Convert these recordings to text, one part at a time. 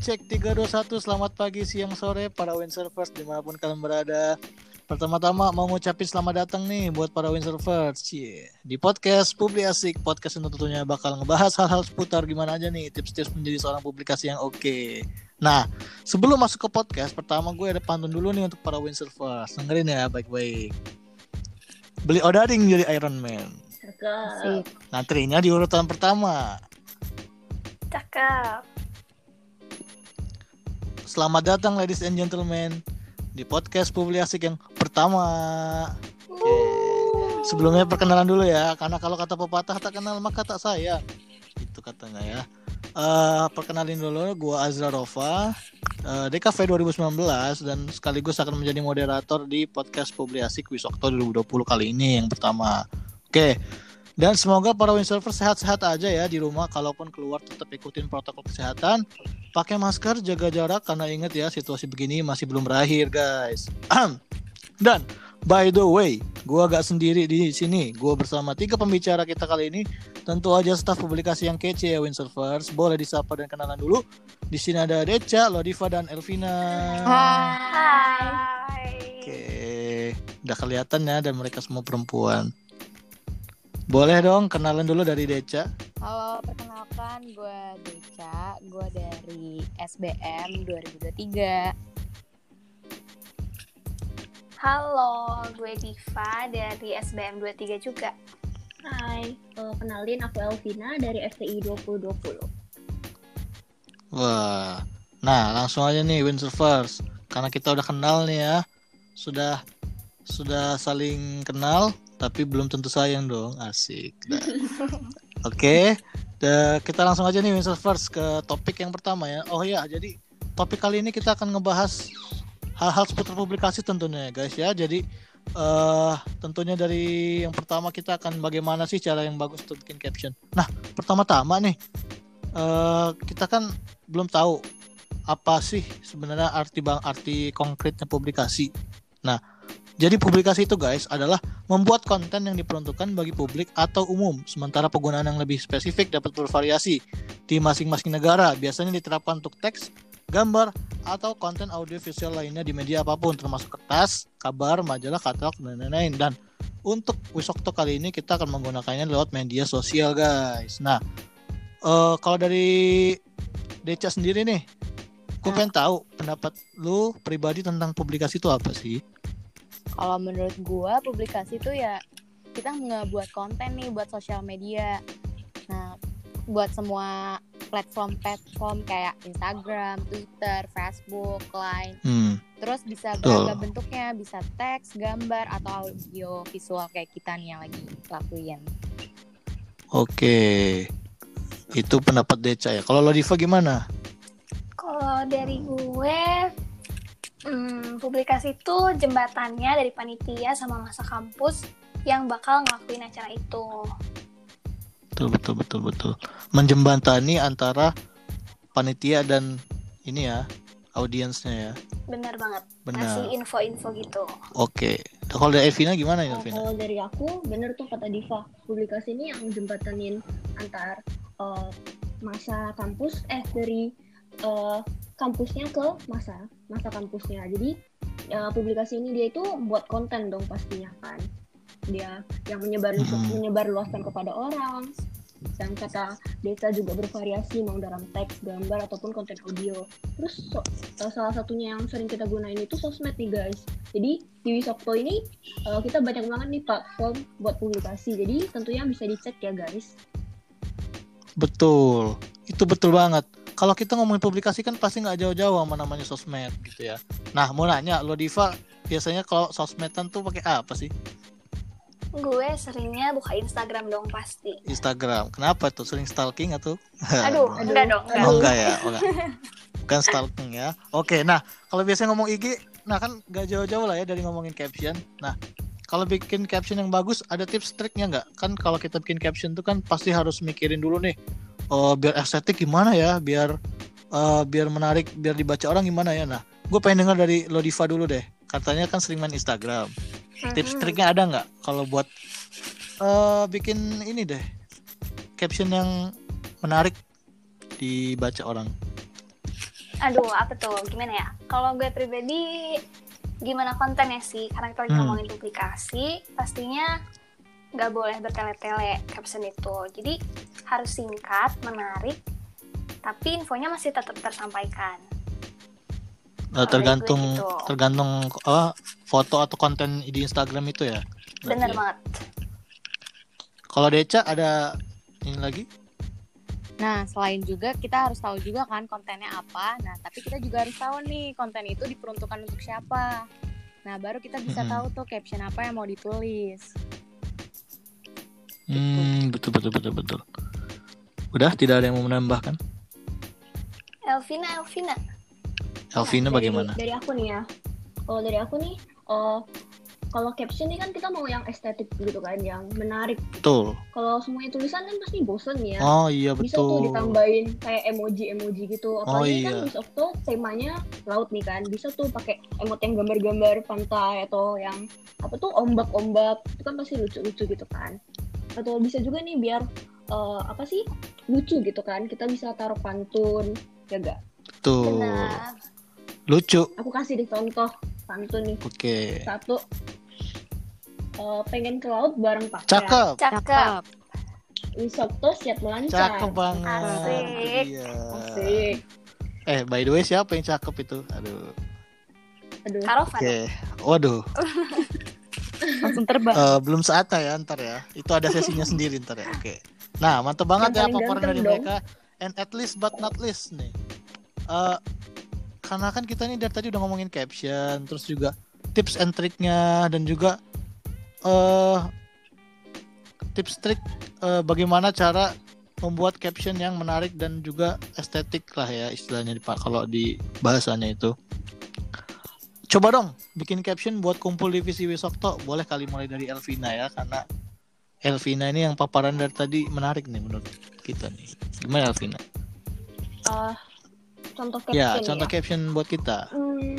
cek 321. Selamat pagi, siang, sore para windsurfers dimanapun kalian berada. Pertama-tama mau ngucapin selamat datang nih buat para windsurfers. Di podcast Publi Asik. Podcast yang tentunya bakal ngebahas hal-hal seputar gimana aja nih tips-tips menjadi seorang publikasi yang oke. Nah, sebelum masuk ke podcast, pertama gue ada pantun dulu nih untuk para windsurfers. Dengerin ya baik-baik. Beli Odading jadi Iron Man. Cakep. Nantrinya di urutan pertama. Cakep. Selamat datang ladies and gentlemen di podcast Publi Asik yang pertama. Oke. Sebelumnya perkenalan dulu ya, karena kalau kata pepatah tak kenal maka tak sayang. Itu katanya ya. Perkenalin dulu, gua Azra Rova, DKV 2019 dan sekaligus akan menjadi moderator di podcast Publi Asik Wisokto 2020 kali ini yang pertama. Oke. Dan semoga para windsurfers sehat-sehat aja ya di rumah. Kalaupun keluar tetap ikutin protokol kesehatan, pakai masker, jaga jarak, karena ingat ya situasi begini masih belum berakhir guys. Dan by the way, gue gak sendiri di sini. Gue bersama 3 pembicara kita kali ini. Tentu aja staf publikasi yang kece ya windsurfers. Boleh disapa dan kenalan dulu. Di sini ada Deca, Lodiva dan Elvina. Hai. Oke, udah kelihatan ya dan mereka semua perempuan. Boleh dong kenalan dulu dari Deca. Halo, perkenalkan gue Deca, gue dari SBM 2023. Halo, gue Diva dari SBM 23 juga. Hai, kenalin aku Elvina dari FTI 2020. Wah, nah langsung aja nih windsurfers. Karena kita udah kenal nih ya, sudah saling kenal. Tapi belum tentu sayang dong, asik. Oke, kita langsung aja nih windsurfers ke topik yang pertama ya. Oh ya, jadi topik kali ini kita akan ngebahas hal-hal seputar publikasi tentunya guys ya. Jadi tentunya dari yang pertama kita akan bagaimana sih cara yang bagus untuk bikin caption. Nah, pertama-tama nih kita kan belum tahu apa sih sebenarnya arti konkretnya publikasi. Nah, jadi publikasi itu guys adalah membuat konten yang diperuntukkan bagi publik atau umum. Sementara penggunaan yang lebih spesifik dapat bervariasi di masing-masing negara. Biasanya diterapkan untuk teks, gambar, atau konten audiovisual lainnya di media apapun, termasuk kertas, kabar, majalah, katalog, dan lain-lain. Dan untuk Wisokto kali ini kita akan menggunakannya lewat media sosial guys. Nah, kalau dari Deca sendiri nih, gue pengen tahu pendapat lu pribadi tentang publikasi itu apa sih? Kalau menurut gue, publikasi itu ya kita ngebuat konten nih buat sosial media. Nah, buat semua platform kayak Instagram, Twitter, Facebook, Line. Terus bisa beragam bentuknya, bisa teks, gambar, atau audio visual kayak kita nih yang lagi lakuin. Oke, itu pendapat Deca ya. Kalau Lodiva gimana? Kalau dari gue, publikasi itu jembatannya dari panitia sama masa kampus yang bakal ngelakuin acara itu. Betul. Menjembatani antara panitia dan ini ya, audiensnya ya. Benar banget. Benar. Ngasih info-info gitu. Oke. Kalau dari Evina gimana ya, Evina? Kalau dari aku, bener tuh kata Diva. Publikasi ini yang jembatanin antar masa kampus, dari kampusnya ke masa kampusnya. Jadi publikasi ini dia itu buat konten dong pastinya kan. Dia yang menyebar luaskan kepada orang. Dan kata Deca juga bervariasi mau dalam teks, gambar ataupun konten audio. Terus salah satunya yang sering kita gunain itu sosmed nih guys. Jadi di Wisokto ini kita banyak banget nih platform buat publikasi. Jadi tentunya bisa dicek ya guys. Betul. Itu betul banget. Kalau kita ngomongin publikasi kan pasti nggak jauh-jauh sama namanya sosmed gitu ya. Nah, mau nanya, lo Diva biasanya kalau sosmedan tuh pakai apa sih? Gue seringnya buka Instagram dong pasti. Instagram. Kenapa tuh? Sering stalking atau? Aduh, enggak dong. Oh, enggak ya. Bukan stalking ya. Oke, nah kalau biasanya ngomong IG, nah kan nggak jauh-jauh lah ya dari ngomongin caption. Nah, kalau bikin caption yang bagus, ada tips triknya nggak? Kan kalau kita bikin caption tuh kan pasti harus mikirin dulu nih. Biar estetik gimana ya, biar menarik, biar dibaca orang gimana ya. Nah, gue pengen dengar dari Lodiva dulu deh. Katanya kan sering main Instagram. Tips triknya ada nggak kalau buat bikin ini deh, caption yang menarik dibaca orang? Aduh, apa tuh? Gimana ya? Kalau gue pribadi, gimana kontennya sih? Karena kita lagi ngomongin publikasi, pastinya nggak boleh bertele-tele caption itu. Jadi harus singkat, menarik, tapi infonya masih tetap tersampaikan. Tergantung dari gue gitu. tergantung foto atau konten di Instagram itu ya. Bener Berarti ya. banget. Kalau Deca ada ini lagi? Nah, selain juga kita harus tahu juga kan kontennya apa. Nah, tapi kita juga harus tahu nih konten itu diperuntukkan untuk siapa. Nah, baru kita bisa tahu tuh caption apa yang mau ditulis. Betul. Udah, tidak ada yang mau menambahkan? Elvina. Elvina bagaimana? Dari aku nih ya. Kalau dari aku nih, kalau caption nih kan kita mau yang estetik gitu kan, yang menarik. Betul. Kalau semuanya tulisan kan pasti bosen ya. Oh iya Bisa betul. tuh ditambahin kayak emoji gitu. Apalagi kan iya. besok tuh temanya laut nih kan. Bisa tuh pakai emot yang gambar-gambar pantai atau yang apa tuh ombak-ombak. Itu kan pasti lucu-lucu gitu kan. Atau bisa juga nih biar lucu gitu kan. Kita bisa taruh pantun, ya gak? Betul. Benar. Lucu. Aku kasih deh contoh pantun nih. Oke. Satu, pengen ke laut bareng pacar. Cakep. Wisokto siap melancar. Cakep banget. Asik. Iya. Asik. By the way siapa yang cakep itu? Aduh. Karovan. Oke. Waduh. Langsung terbang. Belum saatnya ya ntar ya. Itu ada sesinya sendiri ntar ya. Oke. Nah, mantep banget Yang ya paling paparan ganteng dari dong. mereka. And at least but not least nih. Karena kan kita nih dari tadi udah ngomongin caption, terus juga tips and triknya, dan juga tips trik bagaimana cara membuat caption yang menarik dan juga estetik lah ya istilahnya kalau di bahasanya itu. Coba dong bikin caption buat kumpul divisi Wisokto. Boleh kali mulai dari Elvina ya, karena Elvina ini yang paparan dari tadi menarik nih menurut kita nih. Gimana Elvina? Contoh caption Ya, contoh caption buat kita.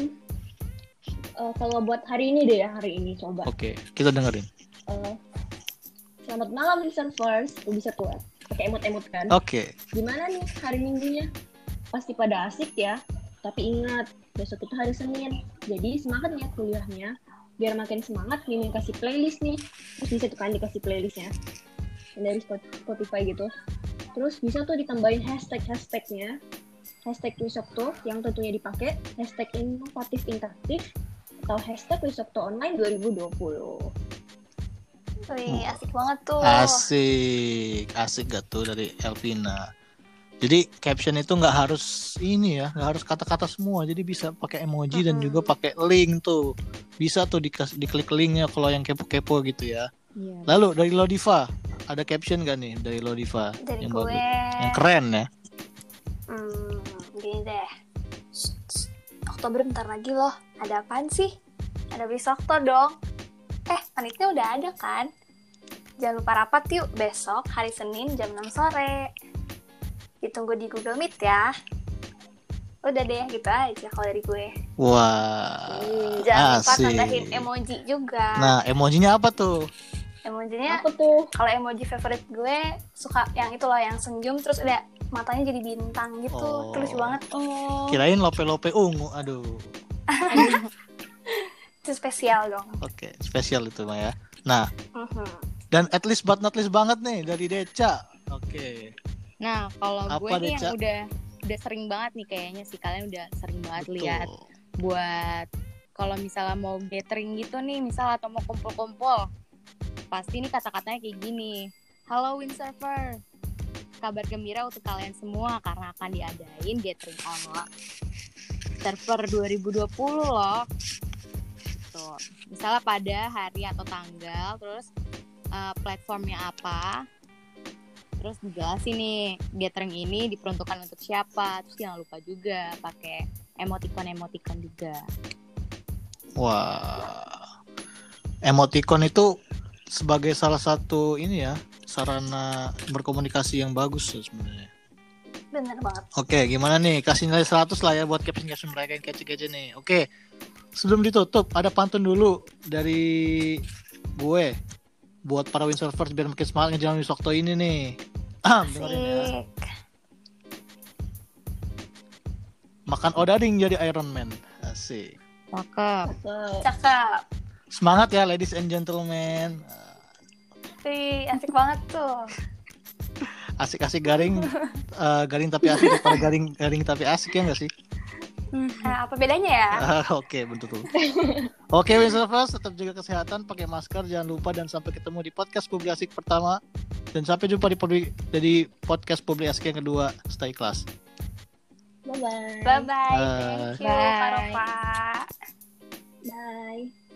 Kalau buat hari ini deh ya, hari ini coba. Oke, kita dengerin. Selamat malam listeners, bisa tuh pakai emot-emot kan. Oke. Gimana nih hari Minggunya? Pasti pada asik ya. Tapi ingat, besok itu hari Senin. Jadi semangat ya kuliahnya. Biar makin semangat, Mimin kasih playlist nih. Terus bisa tuh kan dikasih playlistnya dari Spotify gitu. Terus bisa tuh ditambahin hashtagnya. Hashtag Wisokto yang tentunya dipakai, hashtag inovatif interaktif, atau hashtag Wisokto Online 2020. Wih, asik banget tuh. Asik gak tuh dari Elvina. Jadi caption itu nggak harus ini ya, nggak harus kata-kata semua. Jadi bisa pakai emoji dan juga pakai link tuh. Bisa tuh diklik linknya kalau yang kepo-kepo gitu ya. Iya. Lalu dari Lodiva, ada caption gak nih dari Lodiva Dari yang gue. bagus, yang keren ya? Gini deh. Oktober bentar lagi loh. Ada apaan sih? Ada Wisokto dong. Panitia udah ada kan? Jangan lupa rapat yuk besok hari Senin jam 6 sore. Ditunggu di Google Meet ya. Udah deh, gitu aja kalau dari gue. Wah, Jangan lupa asik. tambahin emoji juga. Nah, emojinya apa tuh? Emojinya, Apa tuh? kalau emoji favorit gue suka yang itu loh, yang senyum terus ada matanya jadi bintang gitu. Oh. Itu lucu banget. Kirain lope-lope ungu, aduh. Itu spesial dong. Oke, spesial itu Maya. Nah, Mhm. dan at least but not least banget nih dari Deca. Oke. Nah, kalau Apa, gue nih Deca? yang udah sering banget nih kayaknya sih, kalian udah sering banget lihat Betul. buat kalau misalnya mau gathering gitu nih, misal atau mau kumpul-kumpul, pasti nih kata-katanya kayak gini. Halo windsurfer, kabar gembira untuk kalian semua karena akan diadain gathering online server 2020 loh. Tuh, misalnya pada hari atau tanggal, terus platformnya apa, terus dijelasin nih gathering ini diperuntukkan untuk siapa. Terus jangan lupa juga pakai emoticon juga. Wah. Emoticon itu sebagai salah satu ini ya, sarana berkomunikasi yang bagus ya sebenarnya. Bener banget. Oke, gimana nih? Kasih nilai 100 lah ya buat caption mereka yang kece-kece nih. Oke. Sebelum ditutup, ada pantun dulu dari gue buat para windsurfers biar makin semangat ngejalanin Wisokto ini nih. Dengerin ya. Asik. makan odading jadi Iron Man. Asik. Cakep. Cakep. Semangat ya ladies and gentlemen. Wih, asik banget tuh. Asik-asik garing, garing tapi asik daripada garing tapi asik ya nggak sih? Apa bedanya ya? Oke, betul. Oke, Windsurfers, tetap jaga kesehatan, pakai masker, jangan lupa, dan sampai ketemu di podcast Publi Asik pertama, dan sampai jumpa di podcast Publi Asik yang kedua. Stay class. Bye-bye. Bye-bye. Thank you, Bye. Kak Ropa. Bye.